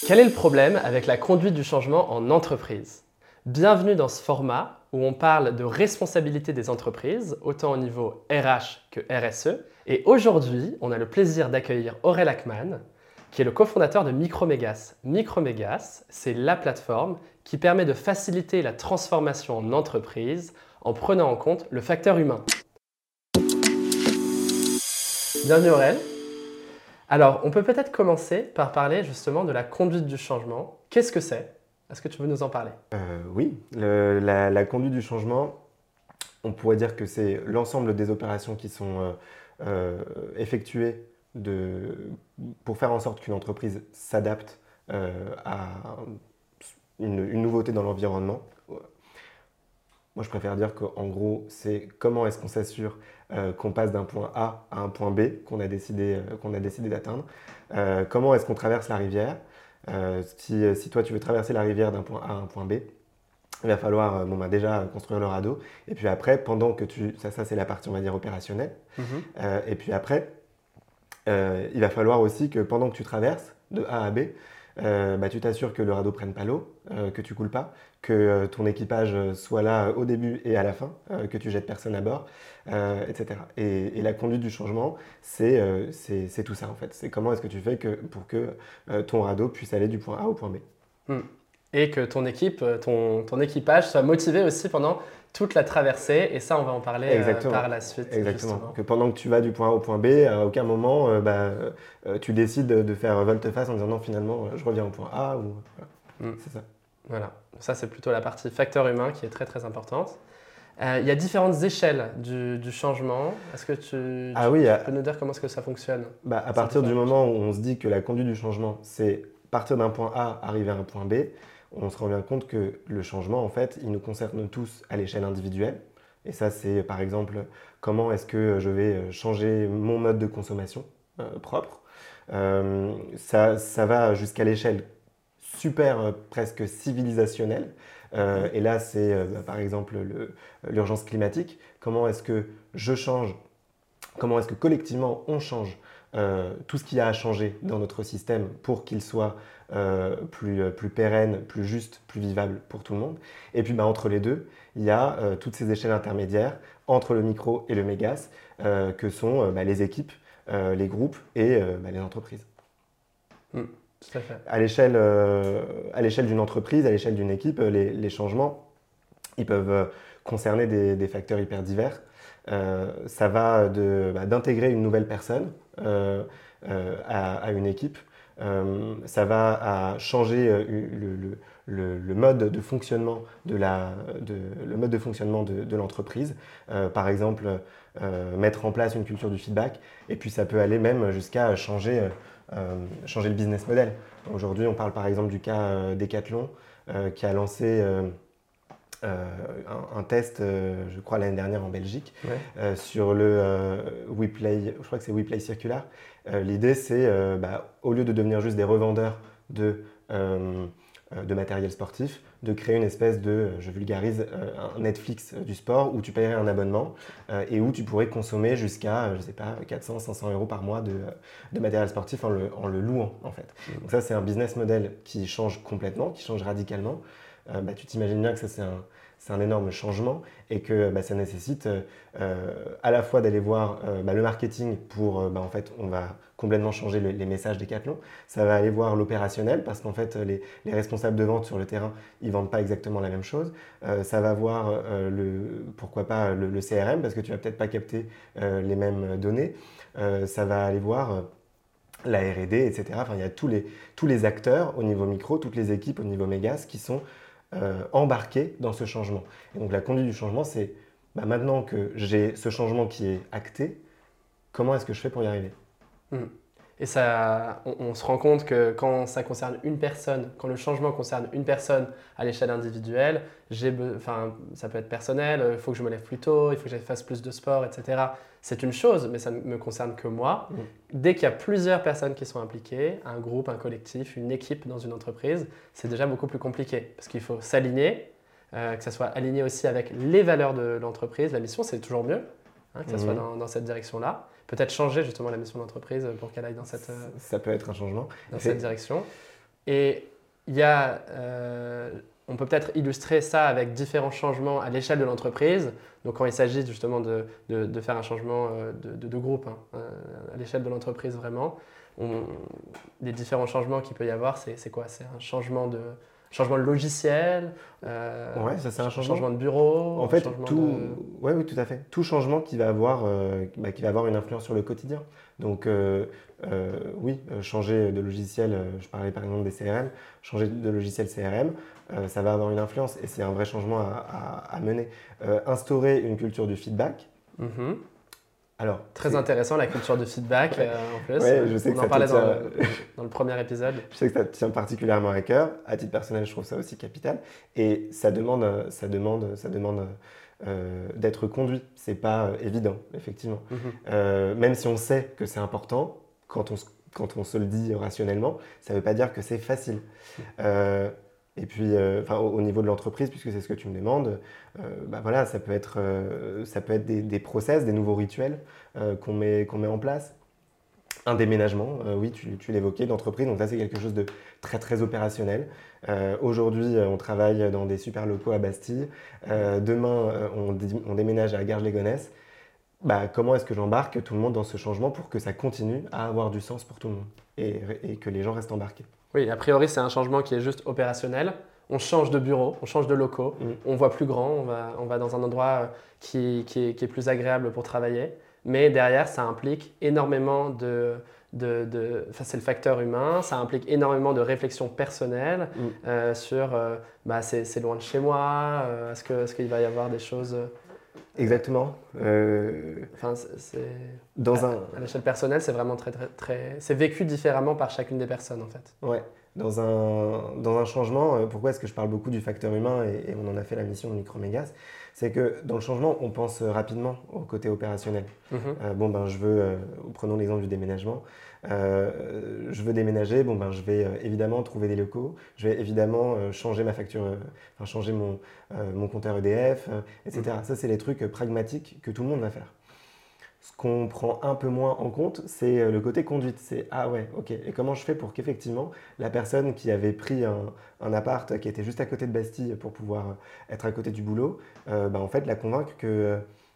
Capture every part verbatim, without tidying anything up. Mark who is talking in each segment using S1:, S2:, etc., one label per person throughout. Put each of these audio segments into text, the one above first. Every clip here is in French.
S1: Quel est le problème avec la conduite du changement en entreprise? Bienvenue dans ce format où on parle de responsabilité des entreprises, autant au niveau R H que R S E. Et aujourd'hui, on a le plaisir d'accueillir Aurel Ackman, qui est le cofondateur de Micromegas. Micromegas, c'est la plateforme qui permet de faciliter la transformation en entreprise en prenant en compte le facteur humain. Bienvenue Aurel. Alors, on peut peut-être commencer par parler justement de la conduite du changement. Qu'est-ce que c'est? Est-ce que tu veux nous en parler?
S2: euh, Oui, le- la, la conduite du changement, on pourrait dire que c'est l'ensemble des opérations qui sont euh, euh, effectuées de, pour faire en sorte qu'une entreprise s'adapte euh, à une, une nouveauté dans l'environnement. Moi, je préfère dire qu'en gros, c'est comment est-ce qu'on s'assure euh, qu'on passe d'un point A à un point B qu'on a décidé, euh, qu'on a décidé d'atteindre. Euh, comment est-ce qu'on traverse la rivière. Euh, si, si toi, tu veux traverser la rivière d'un point A à un point B, il va falloir euh, bon, bah, déjà construire le radeau. Et puis après, pendant que tu... Ça, ça c'est la partie, on va dire, opérationnelle.
S1: Mhm.
S2: Euh, et puis après, euh, il va falloir aussi que pendant que tu traverses de A à B, euh, bah, tu t'assures que le radeau ne prenne pas l'eau, euh, que tu coules pas, que euh, ton équipage soit là euh, au début et à la fin, euh, que tu jettes personne à bord, euh, et cetera. Et, et la conduite du changement, c'est euh, c'est- c'est tout ça en fait. C'est comment est-ce que tu fais que, pour que euh, ton radeau puisse aller du point A au point B.
S1: Hmm. Et que ton équipe, ton, ton équipage soit motivé aussi pendant toute la traversée. Et ça, on va en parler euh,
S2: Exactement.
S1: par la suite.
S2: Exactement.
S1: Justement.
S2: Que pendant que tu vas du point A au point B, à aucun moment euh, bah, euh, tu décides de, de faire volte-face en disant non, finalement, euh, je reviens au point A. Ou... Voilà.
S1: Hmm.
S2: C'est ça.
S1: Voilà. Ça, c'est plutôt la partie facteur humain qui est très très importante. Euh, il y a différentes échelles du, du changement. Est-ce que tu,
S2: Ah
S1: tu-
S2: oui,
S1: tu
S2: à,
S1: peux nous dire comment est-ce que ça fonctionne?
S2: bah, à
S1: ces
S2: partir du
S1: différentes
S2: moment où on se dit que la conduite du changement, c'est partir d'un point A, arriver à un point B, on se rend bien compte que le changement, en fait, il nous concerne tous à l'échelle individuelle. Et ça, c'est par exemple comment est-ce que je vais changer mon mode de consommation euh, propre. Euh, ça, ça va jusqu'à l'échelle super euh, presque civilisationnelle. Euh, et là, c'est euh, bah, par exemple le- l'urgence climatique. Comment est-ce que je change, comment est-ce que collectivement on change euh, tout ce qu'il y a à changer dans notre système pour qu'il soit euh, plus, euh, plus pérenne, plus juste, plus vivable pour tout le monde. Et puis bah, entre les deux, il y a euh, toutes ces échelles intermédiaires entre le micro et le mégas euh, que sont euh, bah, les équipes, euh, les groupes et euh, bah, les entreprises.
S1: Hmm. Tout à fait.
S2: À l'échelle euh, à l'échelle d'une entreprise, à l'échelle d'une équipe, les, les changements, ils peuvent euh, concerner des, des facteurs hyper divers. Euh, ça va de, bah, d'intégrer une nouvelle personne euh, euh, à, à une équipe. Euh, ça va à changer euh, le, le- le- le mode de fonctionnement de, la, de, le mode de, fonctionnement de, de l'entreprise. Euh, par exemple, euh, mettre en place une culture du feedback. Et puis ça peut aller même jusqu'à changer, euh, changer le business model. Aujourd'hui, on parle par exemple du cas euh, Decathlon euh, qui a lancé euh, euh, un, un test, euh, je crois l'année dernière en Belgique,
S1: Ouais.
S2: euh, sur le euh, WePlay, je crois que c'est WePlay Circular. Euh, l'idée, c'est euh, bah, au lieu de devenir juste des revendeurs de, euh, euh, de matériel sportif, de créer une espèce de, je vulgarise, euh, un Netflix du sport où tu paierais un abonnement euh, et où tu pourrais consommer jusqu'à, je sais pas, quatre cents, cinq cents euros par mois de, de matériel sportif en le, en le louant en fait. Donc ça, c'est un business model qui change complètement, qui change radicalement. Euh, bah, tu t'imagines bien que ça, c'est un, c'est un énorme changement et que bah, ça nécessite euh, à la fois d'aller voir euh, bah, le marketing pour, euh, bah, en fait, on va complètement changer le- les messages Decathlon. Ça va aller voir l'opérationnel parce qu'en fait, les, les responsables de vente sur le terrain, ils ne vendent pas exactement la même chose. Euh, ça va voir, euh, le, pourquoi pas, le, le C R M parce que tu vas peut-être pas capter euh, les mêmes données. Euh, ça va aller voir euh, la R et D, et cetera. Enfin, il y a tous les, tous les acteurs au niveau micro, toutes les équipes au niveau mégas qui sont euh, embarqués dans ce changement. Et donc la conduite du changement, c'est bah, maintenant que j'ai ce changement qui est acté, comment est-ce que je fais pour y arriver?
S1: Hmm. Et ça, on, on se rend compte que quand ça concerne une personne, quand le changement concerne une personne à l'échelle individuelle, j'ai, be- enfin, ça peut être personnel, il faut que je me lève plus tôt, il faut que je fasse plus de sport, et cetera. C'est une chose, mais ça ne me concerne que moi.
S2: Mm.
S1: Dès qu'il y a plusieurs personnes qui sont impliquées, un groupe, un collectif, une équipe dans une entreprise, c'est déjà beaucoup plus compliqué parce qu'il faut s'aligner, euh, que ça soit aligné aussi avec les valeurs de l'entreprise. La mission, c'est toujours mieux, hein, que ça soit
S2: Mhm.
S1: dans, dans cette direction-là. Peut-être changer justement la mission d'entreprise pour qu'elle aille dans cette, euh,
S2: Ça peut être un changement.
S1: dans
S2: Effet-
S1: cette direction. Et il y a, euh, on peut peut-être illustrer ça avec différents changements à l'échelle de l'entreprise. Donc quand il s'agit justement de, de, de faire un changement de, de, de groupe, hein, à l'échelle de l'entreprise vraiment, on, les différents changements qu'il peut y avoir, c'est, c'est quoi? C'est un changement de, changement de logiciel, euh,
S2: Ouais, ça c'est un changement.
S1: changement de bureau,
S2: En
S1: un
S2: fait,
S1: changement
S2: tout,
S1: de...
S2: ouais, oui, tout à fait. Tout changement qui va avoir, euh, bah, qui va avoir une influence sur le quotidien. Donc, euh, euh, oui, euh, changer de logiciel, euh, je parlais par exemple des C R M, changer de logiciel C R M, euh, ça va avoir une influence et c'est un vrai changement à, à- à mener. Euh, instaurer une culture du feedback.
S1: Mhm.
S2: Alors,
S1: Très
S2: c'est-
S1: intéressant la culture de feedback
S2: Ouais.
S1: euh, en plus.
S2: Ouais, je sais
S1: On
S2: que
S1: en
S2: ça te
S1: parlait dans
S2: tient,
S1: le, dans le premier épisode.
S2: je sais que ça te tient particulièrement à cœur. À titre personnel, je trouve ça aussi capital. Et ça demande, euh, ça demande, ça demande euh, d'être conduit. C'est pas euh, évident, effectivement.
S1: Mhm.
S2: Euh, même si on sait que c'est important, quand on, se- quand on se le dit rationnellement, ça ne veut pas dire que c'est facile. Euh, et puis, euh, enfin, au, au niveau de l'entreprise, puisque c'est ce que tu me demandes, euh, bah voilà, ça peut être, euh, ça peut être des, des process, des nouveaux rituels euh, qu'on met, qu'on met en place. Un déménagement, euh, oui, tu, tu l'évoquais, d'entreprise. Donc ça, c'est quelque chose de très, très opérationnel. Euh, Aujourd'hui, euh, on travaille dans des super locaux à Bastille. Euh, demain, euh, on, dé- on déménage à Garges-les-Gonesse. Bah, comment est-ce que j'embarque tout le monde dans ce changement pour que ça continue à avoir du sens pour tout le monde et, et que les gens restent embarqués?
S1: Oui, a priori, c'est un changement qui est juste opérationnel. On change de bureau, on change de locaux,
S2: Mm.
S1: on voit plus grand, on va, on va dans un endroit euh, qui, qui est, qui est plus agréable pour travailler. Mais derrière, ça implique énormément de... de, de enfin, c'est le facteur humain, ça implique énormément de réflexion personnelle
S2: Mm.
S1: euh, sur euh, bah, c'est, c'est loin de chez moi, euh, est-ce que, est-ce qu'il va y avoir des choses... euh,
S2: Exactement. Euh,
S1: Enfin, c'est, c'est-
S2: dans
S1: à,
S2: un,
S1: à l'échelle personnelle, c'est vraiment très, très, très... C'est vécu différemment par chacune des personnes, en fait.
S2: ouais, dans un, dans un changement, euh, pourquoi est-ce que je parle beaucoup du facteur humain et, et on en a fait la mission de Micromégas? C'est que dans le changement, on pense rapidement au côté opérationnel.
S1: Mhm.
S2: Euh, bon, ben, je veux, euh, prenons l'exemple du déménagement. Euh, je veux déménager, bon, ben, je vais euh, évidemment trouver des locaux, je vais évidemment euh, changer ma facture, euh, enfin, changer mon, euh, mon compteur E D F, euh, et cetera. Ça, c'est les trucs euh, pragmatiques que tout le monde va faire. Ce qu'on prend un peu moins en compte, c'est euh, le côté conduite. C'est ah ouais, ok. Et comment je fais pour qu'effectivement la personne qui avait pris un, un appart qui était juste à côté de Bastille pour pouvoir euh, être à côté du boulot, euh, bah, en fait la convaincre que euh,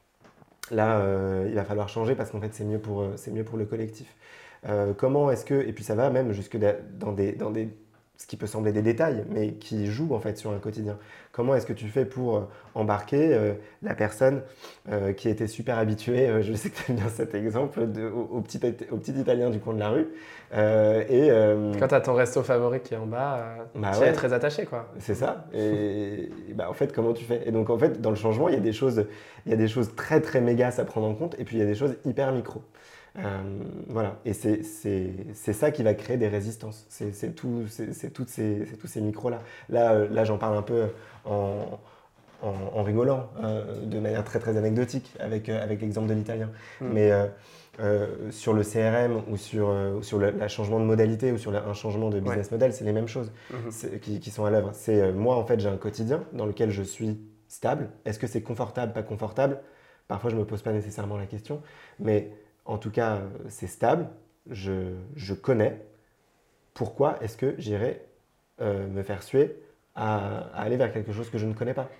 S2: là euh, il va falloir changer parce qu'en fait c'est mieux pour euh, c'est mieux pour le collectif. Euh, comment est-ce que et puis ça va même jusque da- dans des dans des ce qui peut sembler des détails, mais qui jouent en fait sur un quotidien. Comment est-ce que tu fais pour euh, embarquer euh, la personne euh, qui était super habituée, euh, je sais que tu aimes bien cet exemple, de- au, au petit, au petit italien du coin de la rue. euh, et euh,
S1: Quand tu as ton resto favori qui est en bas, euh,
S2: Bah
S1: tu y
S2: ouais.
S1: es très attaché, quoi.
S2: c'est ça. Et, et bah, en fait, comment tu fais? Et donc en fait, dans le changement, il y a des choses, il y a des choses très très mégas à prendre en compte, et puis il y a des choses hyper micro. Euh, voilà, et c'est c'est- c'est ça qui va créer des résistances. C'est c'est tout, c'est c'est toutes ces, c'est tous ces micros-là. Là, euh, là j'en parle un peu en, en, en rigolant, euh, de manière très très anecdotique, avec, euh, avec l'exemple de l'italien.
S1: Mm.
S2: Mais euh, euh, sur le C R M ou sur, euh, ou sur le la changement de modalité ou sur la- un changement de business model, c'est les mêmes choses
S1: Mhm.
S2: c'est- qui, qui sont à l'œuvre. C'est euh, moi, en fait, j'ai un quotidien dans lequel je suis stable. Est-ce que c'est confortable, pas confortable? Parfois, je ne me pose pas nécessairement la question, mais en tout cas, euh, c'est stable. Je, je connais. Pourquoi est-ce que j'irais euh, me faire suer à, à aller vers quelque chose que je ne connais pas?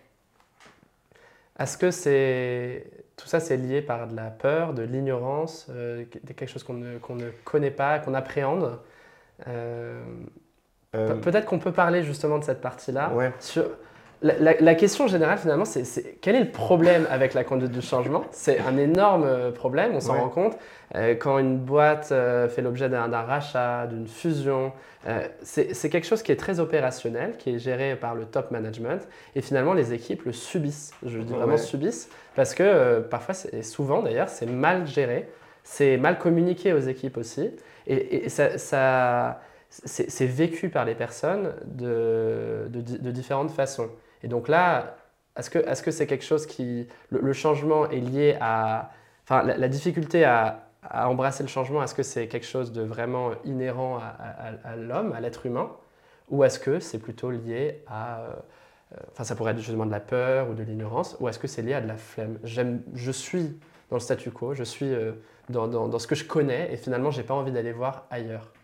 S1: Est-ce que c'est... tout ça, c'est lié par de la peur, de l'ignorance, euh, quelque chose qu'on ne, qu'on ne connaît pas, qu'on appréhende? Euh,
S2: Euh,
S1: Pe- Peut-être qu'on peut parler justement de cette partie-là.
S2: ouais,
S1: Sur... La, la- la question générale, finalement, c'est c'est- quel est le problème avec la conduite du changement? C'est un énorme euh, problème, on s'en
S2: Ouais.
S1: rend compte. Euh, quand une boîte euh, fait l'objet d'un d'un rachat, d'une fusion, euh, c'est c'est quelque chose qui est très opérationnel, qui est géré par le top management. Et finalement, les équipes le subissent. Je dis vraiment
S2: Ouais.
S1: subissent, parce que euh, parfois, c'est- et souvent d'ailleurs, c'est mal géré, c'est mal communiqué aux équipes aussi. Et, et ça, ça- c'est c'est vécu par les personnes de, de di- de différentes façons. Et donc là, est-ce que est-ce que c'est quelque chose qui... Le, le changement est lié à... Enfin, la, la difficulté à, à embrasser le changement, est-ce que c'est quelque chose de vraiment inhérent à, à- à l'homme, à l'être humain? Ou est-ce que c'est plutôt lié à... euh, euh, Enfin, ça pourrait être justement de la peur ou de l'ignorance, ou est-ce que c'est lié à de la flemme? J'aime, je suis dans le statu quo, je suis euh, dans, dans- dans ce que je connais, et finalement, j'ai pas envie d'aller voir ailleurs.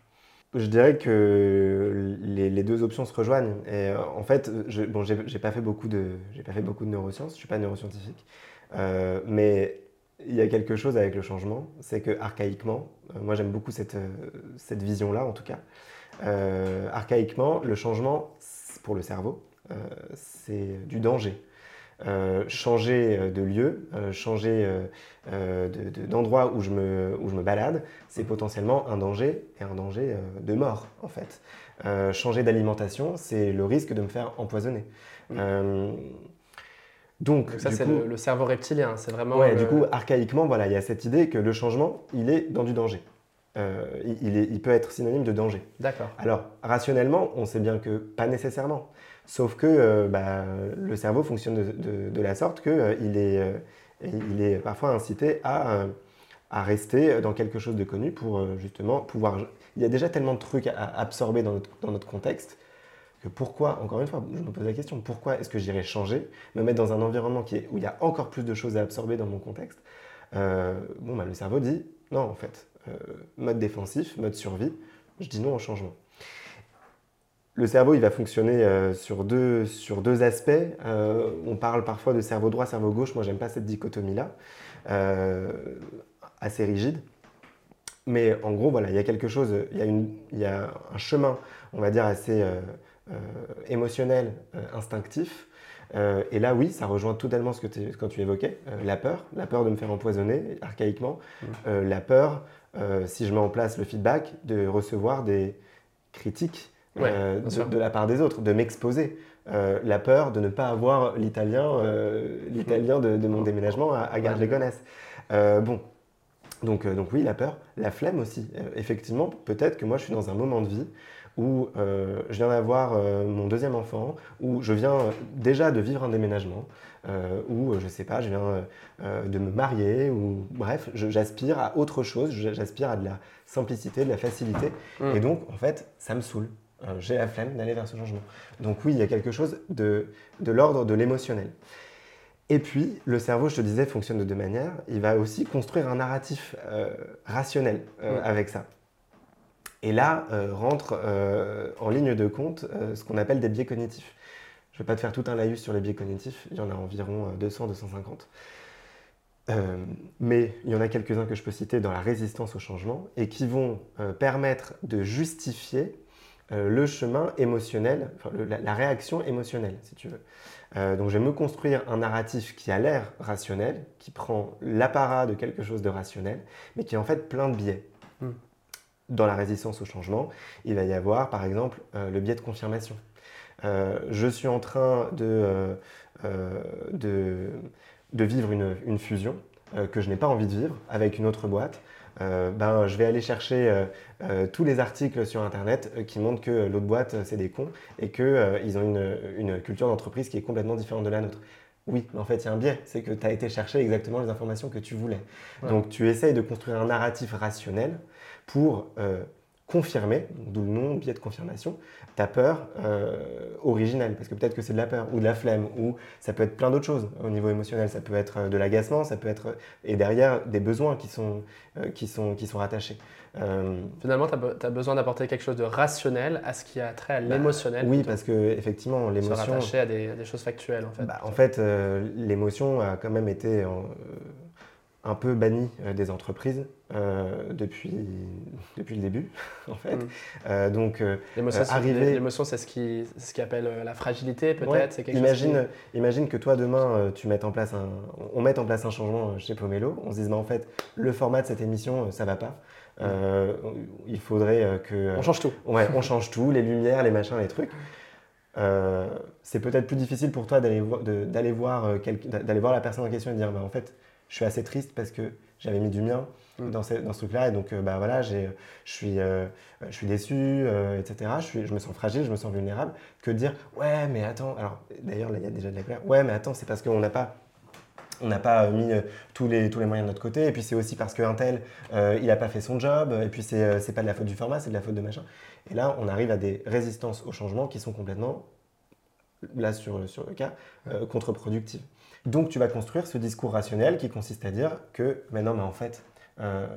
S2: Je dirais que les, les deux options se rejoignent. Et euh, en fait, je, bon, j'ai j'ai pas fait beaucoup de, j'ai pas fait beaucoup de neurosciences, je suis pas neuroscientifique, euh, mais il y a quelque chose avec le changement, c'est que archaïquement, euh, moi j'aime beaucoup cette, euh, cette vision-là en tout cas. Euh, archaïquement, le changement c'est- pour le cerveau, euh, c'est du danger. Euh, changer euh, de lieu, euh, changer euh, euh, de- de- d'endroit où je me, où je me balade, c'est potentiellement un danger et un danger euh, de mort en fait. Euh, changer d'alimentation, c'est le risque de me faire empoisonner.
S1: Mm.
S2: Euh, donc,
S1: Donc ça,
S2: du
S1: c'est
S2: coup,
S1: le, le cerveau reptilien. C'est vraiment
S2: ouais, du coup,
S1: le...
S2: archaïquement, voilà, il y a cette idée que le changement, il est dans du danger. Euh, il, il est- il peut être synonyme de danger.
S1: D'accord.
S2: Alors, rationnellement, on sait bien que pas nécessairement. Sauf que euh, bah, le cerveau fonctionne de, de- de la sorte qu'il est, euh, il est parfois incité à, euh, à rester dans quelque chose de connu pour euh, justement pouvoir... Il y a déjà tellement de trucs à, à absorber dans notre, dans notre contexte que pourquoi, encore une fois, je me pose la question, pourquoi est-ce que j'irais changer, me mettre dans un environnement qui est, où il y a encore plus de choses à absorber dans mon contexte. Euh, bon, bah, le cerveau dit non, en fait, euh, mode défensif, mode survie, je dis non au changement. Le cerveau, il va fonctionner euh, sur, deux, sur deux aspects. Euh, on parle parfois de cerveau droit, cerveau gauche. Moi, j'aime pas cette dichotomie-là, euh, assez rigide. Mais en gros, voilà, il y a quelque chose, il y a, une, il y a un chemin, on va dire, assez euh, euh, émotionnel, euh, instinctif. Euh, et là, oui, ça rejoint totalement ce que tu, quand tu évoquais, euh, la peur, la peur de me faire empoisonner, archaïquement,
S1: Mm.
S2: euh, la peur, euh, si je mets en place le feedback, de recevoir des critiques
S1: Ouais,
S2: euh,
S1: bien
S2: de,
S1: sûr.
S2: de la part des autres, de m'exposer. Euh, la peur de ne pas avoir l'italien euh, l'italien de, de mon
S1: En-
S2: déménagement à, à
S1: en
S2: Garges-les-Gonesse. Euh, bon, donc, euh, donc oui, la peur, la flemme aussi. Euh, effectivement, peut-être que moi je suis dans un moment de vie où euh, je viens d'avoir euh, mon deuxième enfant, où je viens euh, déjà de vivre un déménagement, euh, où euh, je sais pas, je viens euh, euh, de me marier, ou bref, je- j'aspire à autre chose, je- j'aspire à de la simplicité, de la facilité,
S1: Mm.
S2: et donc en fait, ça me saoule. Euh, j'ai la flemme d'aller vers ce changement. Donc oui, il y a quelque chose de, de l'ordre de l'émotionnel. Et puis, le cerveau, je te disais, fonctionne de deux manières. Il va aussi construire un narratif euh, rationnel euh,
S1: Mm.
S2: avec ça. Et là, euh, rentre euh, en ligne de compte euh, ce qu'on appelle des biais cognitifs. Je ne vais pas te faire tout un laïus sur les biais cognitifs, il y en a environ euh, deux cents à deux cent cinquante. Euh, mais il y en a quelques-uns que je peux citer dans la résistance au changement et qui vont euh, permettre de justifier euh, le chemin émotionnel, enfin, le- la, la réaction émotionnelle, si tu veux. Euh, donc je vais me construire un narratif qui a l'air rationnel, qui prend l'apparat de quelque chose de rationnel, mais qui est en fait plein de biais.
S1: Mm.
S2: Dans la résistance au changement, il va y avoir par exemple euh, le biais de confirmation. Euh, je suis en train de, euh, euh, de, de vivre une, une fusion euh, que je n'ai pas envie de vivre avec une autre boîte. Euh, ben, je vais aller chercher euh, euh, tous les articles sur Internet euh, qui montrent que l'autre boîte, euh, c'est des cons et qu'ils euh, ont une, une culture d'entreprise qui est complètement différente de la nôtre. Oui, mais en fait, il y a un biais, c'est que tu as été chercher exactement les informations que tu voulais.
S1: Ouais.
S2: Donc, tu essayes de construire un narratif rationnel pour euh, confirmer, d'où le nom biais de confirmation, ta peur euh, originelle. Parce que peut-être que c'est de la peur ou de la flemme, ou ça peut être plein d'autres choses au niveau émotionnel. Ça peut être de l'agacement, ça peut être. Et derrière, des besoins qui sont, euh, qui sont, qui sont rattachés. Euh,
S1: Finalement, tu as besoin d'apporter quelque chose de rationnel à ce qui a trait à
S2: bah,
S1: l'émotionnel.
S2: oui,
S1: plutôt.
S2: parce que effectivement,
S1: Se
S2: l'émotion.
S1: rattacher à des, à des choses factuelles, en fait.
S2: Bah, en fait, euh, l'émotion a quand même été en, euh, un peu bannie euh, des entreprises euh, depuis, depuis le début, en fait.
S1: Mm.
S2: Euh, donc, euh,
S1: L'émotion,
S2: euh,
S1: c'est-
S2: arriver.
S1: l'émotion, c'est ce qui, c'est ce qui appelle euh, la fragilité, peut-être.
S2: Ouais,
S1: C'est quelque
S2: imagine,
S1: chose
S2: imagine que toi, demain, euh, tu mettes en place un, on mette en place un changement euh, chez Pomelo. On se dise, bah, en fait, le format de cette émission, euh, ça va pas. Euh, il faudrait euh, que.
S1: qui...
S2: euh,
S1: On change tout.
S2: Ouais, on change tout, les lumières, les machins, les trucs. Euh, c'est peut-être plus difficile pour toi d'aller voir, de- d'aller voir, euh, quel- d'aller voir la personne en question et de dire, bah, en fait, je suis assez triste parce que j'avais mis du mien
S1: Mm.
S2: dans ce, dans ce truc-là et donc euh, bah, voilà, j'ai, je, suis, euh, je suis déçu, euh, et cetera. Je, suis, je me sens fragile, je me sens vulnérable. Que de dire, ouais, mais attends, alors d'ailleurs, là, il y a déjà de la colère. Ouais, mais attends, c'est parce qu'on n'a pas. On n'a pas euh, mis euh, tous, les, tous les moyens de notre côté, et puis c'est aussi parce qu'un tel, euh, il n'a pas fait son job, et puis c'est, euh, c'est pas de la faute du format, c'est de la faute de machin. Et là, on arrive à des résistances au changement qui sont complètement, là sur, sur le cas, euh, contre-productives. Donc tu vas construire ce discours rationnel qui consiste à dire que, mais non, mais en fait, euh,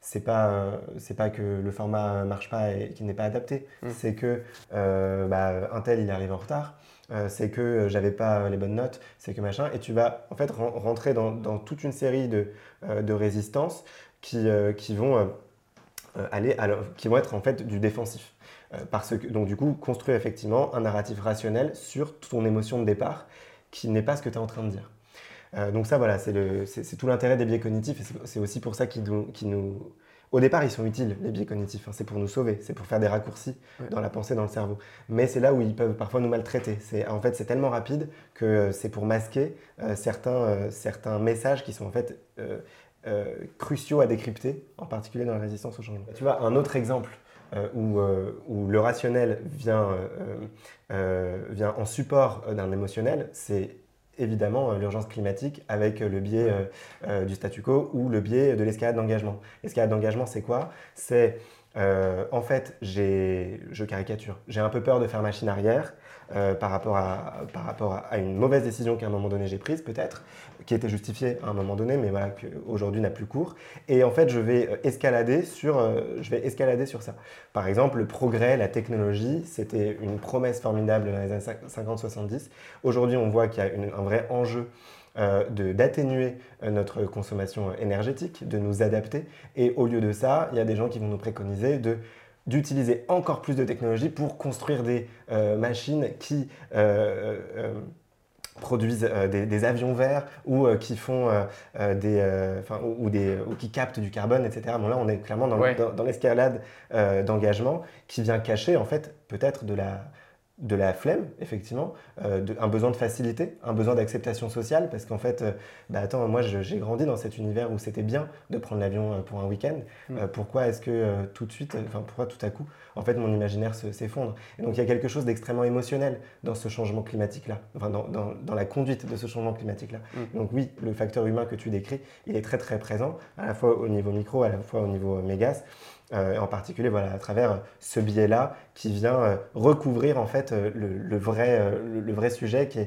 S2: c'est pas, euh, c'est pas que le format marche pas et qu'il n'est pas adapté.
S1: Mm.
S2: C'est que euh, bah, un tel, il arrive en retard. Euh, c'est que j'avais pas les bonnes notes. C'est que machin. Et tu vas en fait ren- rentrer dans, dans toute une série de, euh, de résistances qui, euh, qui vont euh, aller, à le- qui vont être en fait du défensif. Euh, parce que, donc du coup, construire effectivement un narratif rationnel sur ton émotion de départ qui n'est pas ce que tu es en train de dire. Euh, donc ça, voilà, c'est, le, c'est, c'est tout l'intérêt des biais cognitifs et c'est, c'est aussi pour ça qu'ils nous, qu'ils nous... Au départ, ils sont utiles, les biais cognitifs. Hein, c'est pour nous sauver, c'est pour faire des raccourcis
S1: Ouais.
S2: dans la pensée, dans le cerveau. Mais c'est là où ils peuvent parfois nous maltraiter. C'est, en fait, c'est tellement rapide que euh, c'est pour masquer euh, certains, euh, certains messages qui sont en fait euh, euh, cruciaux à décrypter, en particulier dans la résistance au changement. Tu vois, un autre exemple euh, où, euh, où le rationnel vient, euh, euh, vient en support d'un émotionnel, c'est évidemment euh, l'urgence climatique avec euh, le biais euh, euh, du statu quo ou le biais de l'escalade d'engagement. L'escalade d'engagement, c'est quoi? C'est euh, en fait, j'ai, je caricature, j'ai un peu peur de faire machine arrière euh, par rapport, à, par rapport à une mauvaise décision qu'à un moment donné j'ai prise peut-être, qui était justifiée à un moment donné, mais voilà, qu'aujourd'hui n'a plus cours. Et en fait, je vais euh, escalader sur, euh, je vais escalader sur ça. Par exemple, le progrès, la technologie, c'était une promesse formidable dans les années cinquante soixante-dix. Aujourd'hui, on voit qu'il y a une, un vrai enjeu euh, de, d'atténuer euh, notre consommation énergétique, de nous adapter. Et au lieu de ça, il y a des gens qui vont nous préconiser de d'utiliser encore plus de technologie pour construire des euh, machines qui euh, euh, produisent euh, des, des avions verts ou euh, qui font euh, euh, des, euh, enfin, ou, ou des, ou qui captent du carbone, et cetera. Bon là, on est clairement dans,
S1: Ouais.
S2: dans, dans l'escalade euh, d'engagement qui vient cacher en fait peut-être de la de la flemme, effectivement, euh, de, un besoin de facilité, un besoin d'acceptation sociale, parce qu'en fait, euh, bah attends, moi je- j'ai grandi dans cet univers où c'était bien de prendre l'avion euh, pour un week-end.
S1: Mm.
S2: Euh, pourquoi est-ce que euh, tout de suite, enfin pourquoi tout à coup, en fait mon imaginaire se- s'effondre? Et donc il y a quelque chose d'extrêmement émotionnel dans ce changement climatique-là, enfin dans, dans- dans la conduite de ce changement climatique-là.
S1: Mm.
S2: Donc oui, le facteur humain que tu décris, il est très très présent, à la fois au niveau micro, à la fois au niveau euh, mégas. Euh, en particulier voilà, à travers ce biais-là qui vient euh, recouvrir en fait euh, le, le vrai, euh, le, le vrai sujet qui est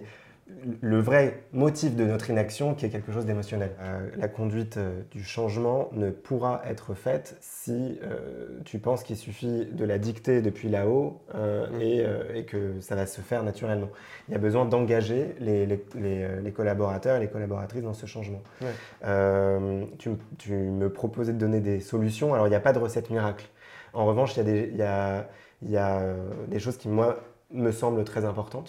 S2: le vrai motif de notre inaction qui est quelque chose d'émotionnel. Euh, la conduite euh, du changement ne pourra être faite si euh, tu penses qu'il suffit de la dicter depuis là-haut euh,
S1: Mm.
S2: et, euh, et que ça va se faire naturellement. Il y a besoin d'engager les, les, les, les collaborateurs et les collaboratrices dans ce changement.
S1: Ouais.
S2: Euh, tu, tu me proposais de donner des solutions. Alors, il n'y a pas de recette miracle. En revanche, il y a des, il y a, il y a, euh, des choses qui, moi, me semblent très importantes.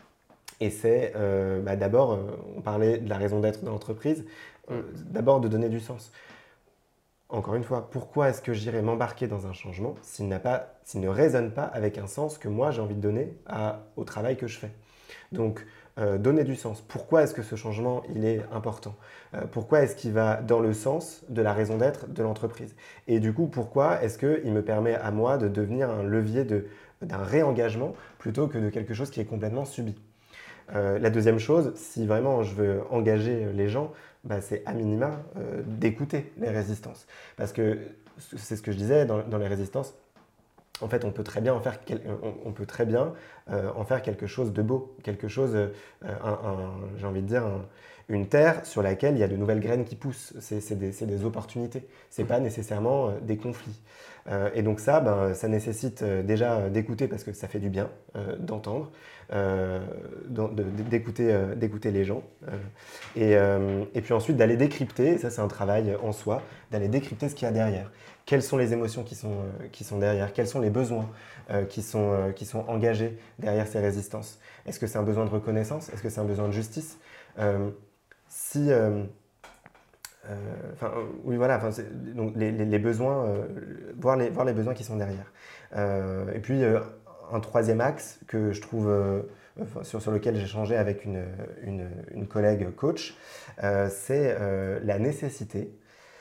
S2: Et c'est euh, bah, d'abord, euh, on parlait de la raison d'être de l'entreprise, euh,
S1: Mm.
S2: d'abord de donner du sens. Encore une fois, pourquoi est-ce que j'irais m'embarquer dans un changement s'il, n'a pas, s'il ne résonne pas avec un sens que moi j'ai envie de donner à, au travail que je fais? Donc, euh, donner du sens. Pourquoi est-ce que ce changement, il est important? Euh, pourquoi est-ce qu'il va dans le sens de la raison d'être de l'entreprise? Et du coup, pourquoi est-ce qu'il me permet à moi de devenir un levier de, d'un réengagement plutôt que de quelque chose qui est complètement subi? Euh, la deuxième chose, si vraiment je veux engager les gens, bah, c'est à minima euh, d'écouter les résistances. Parce que c'est ce que je disais dans, dans les résistances, en fait, on peut très bien en faire, quel, on, on peut très bien, euh, en faire quelque chose de beau, quelque chose, euh, un, un, j'ai envie de dire, un, une terre sur laquelle il y a de nouvelles graines qui poussent. C'est, c'est, des, c'est des opportunités, c'est pas nécessairement euh, des conflits. Euh, et donc ça, ben, ça nécessite euh, déjà d'écouter parce que ça fait du bien euh, d'entendre, euh, de, d'écouter, euh, d'écouter les gens. Euh, et, euh, et puis ensuite d'aller décrypter, ça c'est un travail en soi, d'aller décrypter ce qu'il y a derrière. Quelles sont les émotions qui sont, euh, qui sont derrière? Quels sont les besoins euh, qui, sont, euh, qui sont engagés derrière ces résistances? Est-ce que c'est un besoin de reconnaissance? Est-ce que c'est un besoin de justice? euh, Si... euh, euh, enfin, euh, oui, voilà, enfin, c'est- donc les, les- les besoins, euh, voir, les, voir les besoins qui sont derrière. Euh, et puis, euh, un troisième axe que je trouve, euh, enfin, sur, sur lequel j'ai changé avec une, une, une collègue coach, euh, c'est euh, la nécessité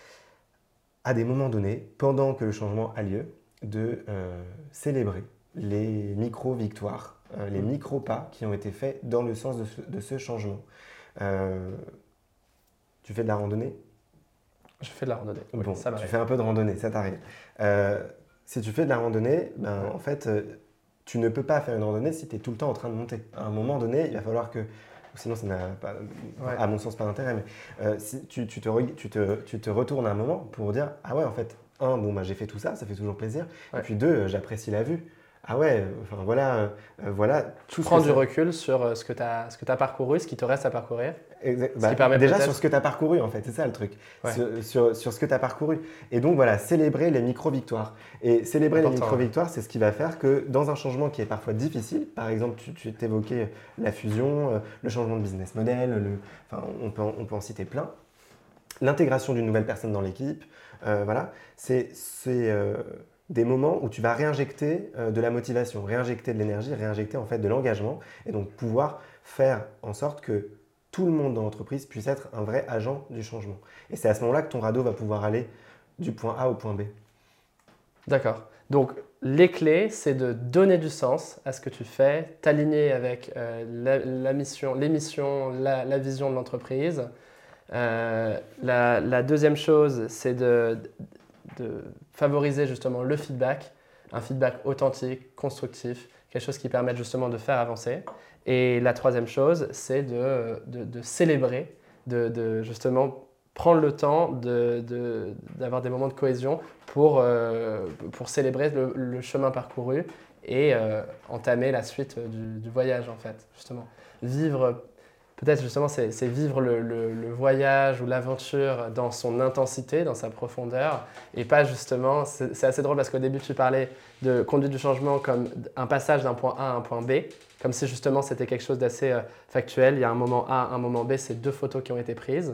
S2: à des moments donnés, pendant que le changement a lieu, de euh, célébrer les micro-victoires, euh, les
S1: Mm.
S2: micro-pas qui ont été faits dans le sens de ce, de ce changement. Euh, tu fais de la randonnée?
S1: Je fais de la randonnée. Oui,
S2: Bon,
S1: ça
S2: tu
S1: m'arrive.
S2: fais un peu de randonnée, ça t'arrive. Euh, si tu fais de la randonnée, ben,
S1: Ouais.
S2: en fait, euh, tu ne peux pas faire une randonnée si tu es tout le temps en train de monter. À un moment donné, il va falloir que... Sinon, ça n'a pas,
S1: Ouais.
S2: à mon sens, pas d'intérêt. Mais euh, si tu, tu, te, re- tu, te, tu te retournes un moment pour dire, ah ouais, en fait, un, bon, bah, j'ai fait tout ça, ça fait toujours plaisir.
S1: Ouais.
S2: Et puis deux, euh, j'apprécie la vue. Ah ouais, enfin voilà, euh, euh, voilà
S1: Tu
S2: tout ce
S1: prends
S2: que
S1: du
S2: ça-
S1: recul sur euh, ce que tu as, ce que tu as parcouru, ce qui te reste à parcourir.
S2: Exact.
S1: Ce
S2: Bah,
S1: qui permet
S2: déjà
S1: peut-être-
S2: sur ce que tu as parcouru, en fait, c'est ça le truc.
S1: Ouais.
S2: Sur, sur- sur ce que tu as parcouru. Et donc voilà, célébrer les micro-victoires. Et célébrer les
S1: Important,
S2: micro-victoires, c'est ce qui va faire que dans un changement qui est parfois difficile, par exemple, tu, tu t'évoquais la fusion, euh, le changement de business model, le- enfin, on, peut en, on peut en citer plein, l'intégration d'une nouvelle personne dans l'équipe, euh, voilà, c'est c'est, euh, des moments où tu vas réinjecter euh, de la motivation, réinjecter de l'énergie, réinjecter en fait de l'engagement et donc pouvoir faire en sorte que tout le monde dans l'entreprise puisse être un vrai agent du changement. Et c'est à ce moment-là que ton radeau va pouvoir aller du point A au point B.
S1: D'accord. Donc, les clés, c'est de donner du sens à ce que tu fais, t'aligner avec euh, la, la mission, les missions, la, la vision de l'entreprise. Euh, la, la deuxième chose, c'est de, de favoriser justement le feedback, un feedback authentique, constructif, quelque chose qui permette justement de faire avancer. Et la troisième chose, c'est de, de, de célébrer, de, de justement prendre le temps de, de, d'avoir des moments de cohésion pour, euh, pour célébrer le, le chemin parcouru et euh, entamer la suite du, du voyage en fait, justement. Vivre, peut-être justement, c'est, c'est vivre le, le, le voyage ou l'aventure dans son intensité, dans sa profondeur, et pas justement, c'est, c'est assez drôle parce qu'au début tu parlais de conduite du changement comme un passage d'un point A à un point B, comme si justement c'était quelque chose d'assez euh, factuel. Il y a un moment A, un moment B, c'est deux photos qui ont été prises.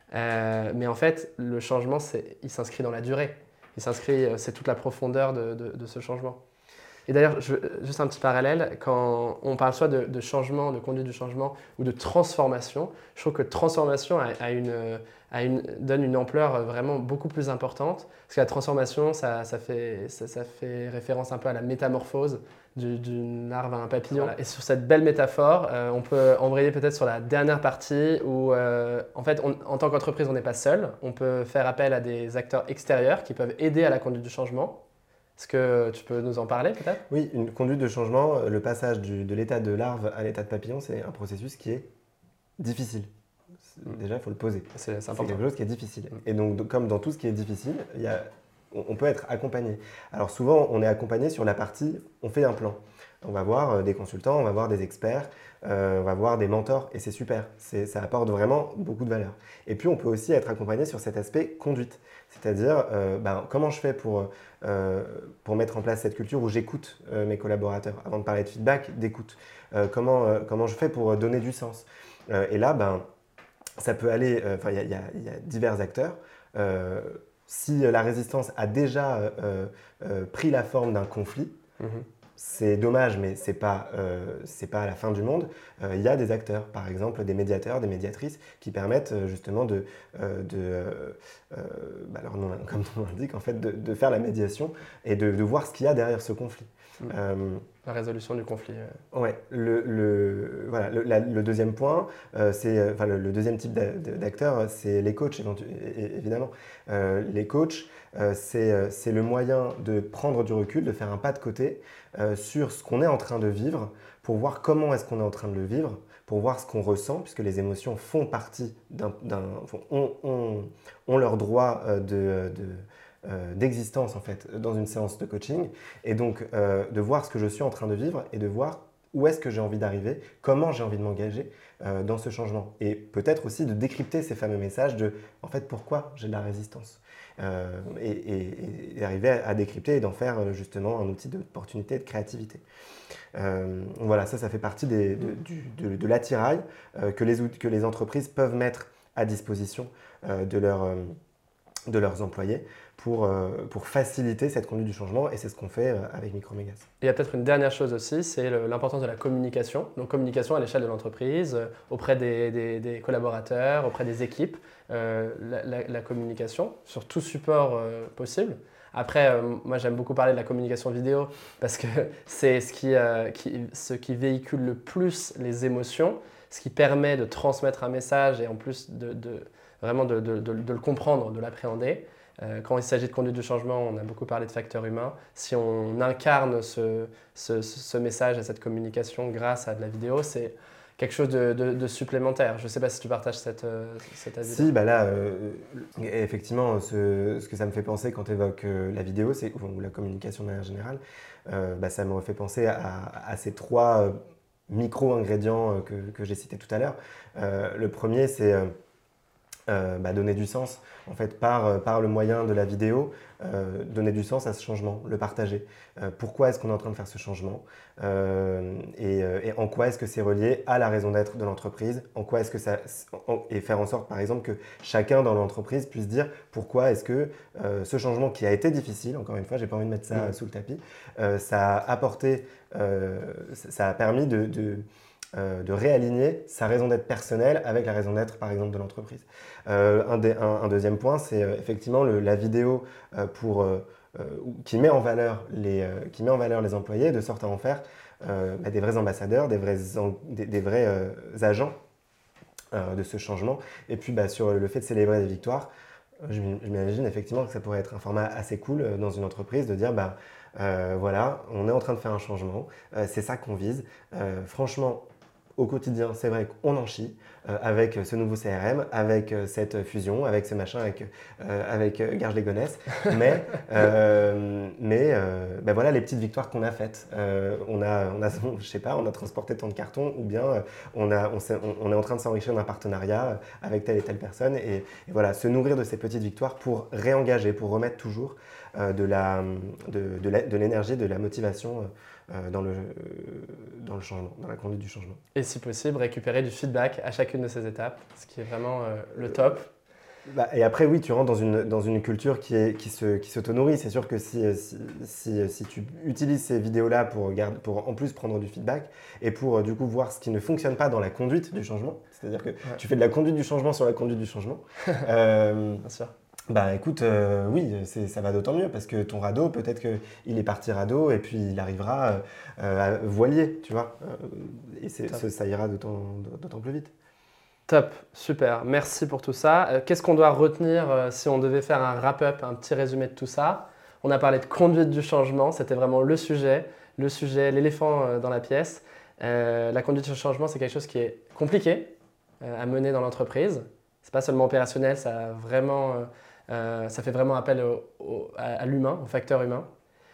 S1: Euh, mais en fait, le changement, c'est, il s'inscrit dans la durée. Il s'inscrit, euh, c'est toute la profondeur de, de, de ce changement. Et d'ailleurs, je, juste un petit parallèle, quand on parle soit de, de changement, de conduite du changement ou de transformation, je trouve que transformation a, a une, a une, donne une ampleur vraiment beaucoup plus importante. Parce que la transformation, ça, ça, fait, ça, ça fait référence un peu à la métamorphose du- d'une larve à un papillon. Voilà. Et sur cette belle métaphore, euh, on peut embrayer peut-être sur la dernière partie où, euh, en fait, on, en tant qu'entreprise, on n'est pas seul. On peut faire appel à des acteurs extérieurs qui peuvent aider à la conduite du changement. Est-ce que tu peux nous en parler peut-être?
S2: Oui, une conduite de changement, le passage du- de l'état de larve à l'état de papillon, c'est un processus qui est difficile. C'est- Déjà, il faut le poser.
S1: C'est, c'est
S2: C'est
S1: important.
S2: quelque chose qui est difficile.
S1: Mm.
S2: Et donc, de- comme dans tout ce qui est difficile, il y a, on, on peut être accompagné. Alors souvent, on est accompagné sur la partie, on fait un plan. On va voir euh, des consultants, on va voir des experts, euh, on va voir des mentors, et c'est super. C'est, ça apporte vraiment beaucoup de valeur. Et puis, on peut aussi être accompagné sur cet aspect conduite. C'est-à-dire, euh, ben, comment je fais pour, euh, pour mettre en place cette culture où j'écoute euh, mes collaborateurs. Avant de parler de feedback, d'écoute. Euh, comment, euh, comment je fais pour donner du sens. Euh, et là, ben, ça peut aller, enfin, il y, y, y a divers acteurs. Euh, si la résistance a déjà euh, euh, pris la forme d'un conflit,
S1: Mhm.
S2: c'est dommage, mais ce n'est pas, euh, c'est pas la fin du monde. Euh, Il y a des acteurs, par exemple des médiateurs, des médiatrices, qui permettent euh, justement de, euh, de euh, euh, bah, leur nom, comme on l'indique, en fait, de, de faire la médiation et de, de voir ce qu'il y a derrière ce conflit.
S1: Mhm.
S2: Euh,
S1: La résolution du conflit. euh.
S2: Ouais, le, le, voilà, le, la- le deuxième point, euh, c'est, euh, enfin, le, le deuxième type d'a- de- d'acteurs, c'est les coachs, éventu- é- é- évidemment. Euh, les coachs, euh, c'est, euh, c'est le moyen de prendre du recul, de faire un pas de côté euh, sur ce qu'on est en train de vivre, pour voir comment est-ce qu'on est en train de le vivre, pour voir ce qu'on ressent, puisque les émotions font partie d'un, d'un font- ont, ont- ont leur droit euh, de, de, euh, d'existence en fait dans une séance de coaching, et donc euh, de voir ce que je suis en train de vivre et de voir où est-ce que j'ai envie d'arriver, comment j'ai envie de m'engager euh, dans ce changement, et peut-être aussi de décrypter ces fameux messages de en fait pourquoi j'ai de la résistance. Euh, et, et, et arriver à, à décrypter et d'en faire euh, justement un outil d'opportunité et de créativité. Euh, voilà, ça, ça fait partie des, de, du- de, de l'attirail euh, que, les, out- que les entreprises peuvent mettre à disposition euh, de, leur, euh, de leurs employés pour, euh, pour faciliter cette conduite du changement, et c'est ce qu'on fait euh, avec Micromégas.
S1: Il y a peut-être une dernière chose aussi, c'est le- l'importance de la communication. Donc communication à l'échelle de l'entreprise, euh, auprès des, des- des collaborateurs, auprès des équipes. Euh, la, la- la communication sur tout support euh, possible. Après, euh, moi j'aime beaucoup parler de la communication vidéo parce que c'est ce qui, euh, qui- ce qui véhicule le plus les émotions, ce qui permet de transmettre un message et en plus de, de- vraiment de, de- de- de le comprendre, de l'appréhender. Euh, Quand il s'agit de conduite du changement, on a beaucoup parlé de facteurs humains. Si on incarne ce, ce- ce message et cette communication grâce à de la vidéo, c'est quelque chose de, de, de supplémentaire. Je ne sais pas si tu partages cette, euh, cet avis.
S2: Si, bah là, euh, effectivement, ce, ce que ça me fait penser quand tu évoques euh, la vidéo, c'est, ou la communication de manière générale, euh, bah, ça me fait penser à, à ces trois euh, micro-ingrédients euh, que, que j'ai cités tout à l'heure. Euh, le premier, c'est euh, euh, bah, donner du sens, en fait, par, par le moyen de la vidéo, euh, donner du sens à ce changement, le partager. Euh, pourquoi est-ce qu'on est en train de faire ce changement euh, et, euh, et en quoi est-ce que c'est relié à la raison d'être de l'entreprise, en quoi est-ce que ça, en, et faire en sorte, par exemple, que chacun dans l'entreprise puisse dire pourquoi est-ce que euh, ce changement qui a été difficile, encore une fois, j'ai pas envie de mettre ça mmh. sous le tapis, euh, ça a apporté, euh, ça a permis de, de Euh, de réaligner sa raison d'être personnelle avec la raison d'être, par exemple, de l'entreprise. Euh, un, un, un deuxième point, c'est euh, effectivement le, la vidéo euh, pour, euh, euh, qui, met en valeur les, euh, qui met en valeur les employés, de sorte à en faire euh, bah, des vrais ambassadeurs, des vrais, en, des, des vrais euh, agents euh, de ce changement. Et puis, bah, sur le fait de célébrer des victoires, je m'imagine effectivement que ça pourrait être un format assez cool euh, dans une entreprise de dire, bah, euh, voilà, on est en train de faire un changement, euh, c'est ça qu'on vise. Euh, franchement, au quotidien, c'est vrai qu'on en chie euh, avec ce nouveau C R M, avec euh, cette fusion, avec ce machin, avec, euh, avec euh, Garges-les-Gonesse. Mais, euh, mais euh, ben voilà les petites victoires qu'on a faites. Euh, on a, on a, je sais pas, on a transporté tant de cartons ou bien euh, on, a, on, on, on est en train de s'enrichir d'un partenariat avec telle et telle personne. Et, et voilà, se nourrir de ces petites victoires pour réengager, pour remettre toujours euh, de, la, de, de, la, de l'énergie, de la motivation euh, dans, le, dans le changement, dans la conduite du changement.
S1: Et si possible, récupérer du feedback à chacune de ces étapes, ce qui est vraiment euh, le top.
S2: Bah, et après, oui, tu rentres dans une, dans une culture qui, est, qui, se, qui s'auto-nourrit. C'est sûr que si, si, si, si tu utilises ces vidéos-là pour, garder, pour en plus prendre du feedback et pour du coup voir ce qui ne fonctionne pas dans la conduite du changement, c'est-à-dire que ouais. tu fais de la conduite du changement sur la conduite du changement, euh, Bien sûr. Bah écoute, euh, oui, c'est, ça va d'autant mieux parce que ton radeau, peut-être qu'il est parti radeau et puis il arrivera euh, à voilier, tu vois. Et c'est, ce, ça ira d'autant, d'autant plus vite.
S1: Top, super, merci pour tout ça. Euh, qu'est-ce qu'on doit retenir euh, si on devait faire un wrap-up, un petit résumé de tout ça? On a parlé de conduite du changement, c'était vraiment le sujet, le sujet, l'éléphant euh, dans la pièce. Euh, la conduite du changement, c'est quelque chose qui est compliqué euh, à mener dans l'entreprise. C'est pas seulement opérationnel, ça, a vraiment, euh, euh, ça fait vraiment appel au, au, à, à l'humain, au facteur humain.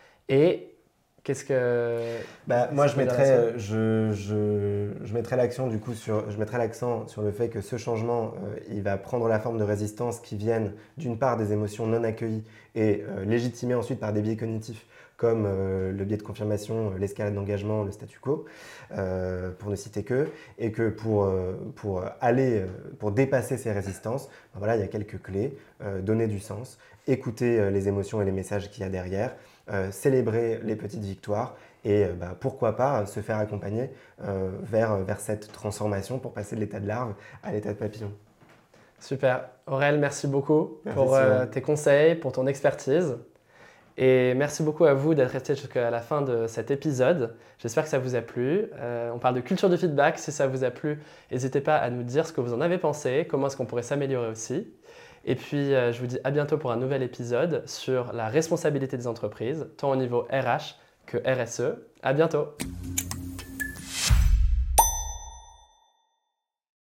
S1: Et qu'est-ce que...
S2: Bah, moi, je mettrais, je, je, je mettrais l'accent du coup sur, je mettrais l'accent sur le fait que ce changement, euh, il va prendre la forme de résistance qui viennent d'une part des émotions non accueillies et euh, légitimées ensuite par des biais cognitifs comme euh, le biais de confirmation, l'escalade d'engagement, le statu quo, euh, pour ne citer que, et que pour, euh, pour aller, pour dépasser ces résistances, ben voilà, il y a quelques clés, euh, donner du sens, écouter euh, les émotions et les messages qu'il y a derrière, euh, célébrer les petites victoires et euh, bah, pourquoi pas se faire accompagner euh, vers, vers cette transformation pour passer de l'état de larve à l'état de papillon.
S1: Super. Aurel, merci beaucoup
S2: merci
S1: pour euh, tes conseils, pour ton expertise. Et merci beaucoup à vous d'être resté jusqu'à la fin de cet épisode. J'espère que ça vous a plu. Euh, on parle de culture du feedback. Si ça vous a plu, n'hésitez pas à nous dire ce que vous en avez pensé, comment est-ce qu'on pourrait s'améliorer aussi. Et puis, euh, je vous dis à bientôt pour un nouvel épisode sur la responsabilité des entreprises, tant au niveau R H que R S E. À bientôt.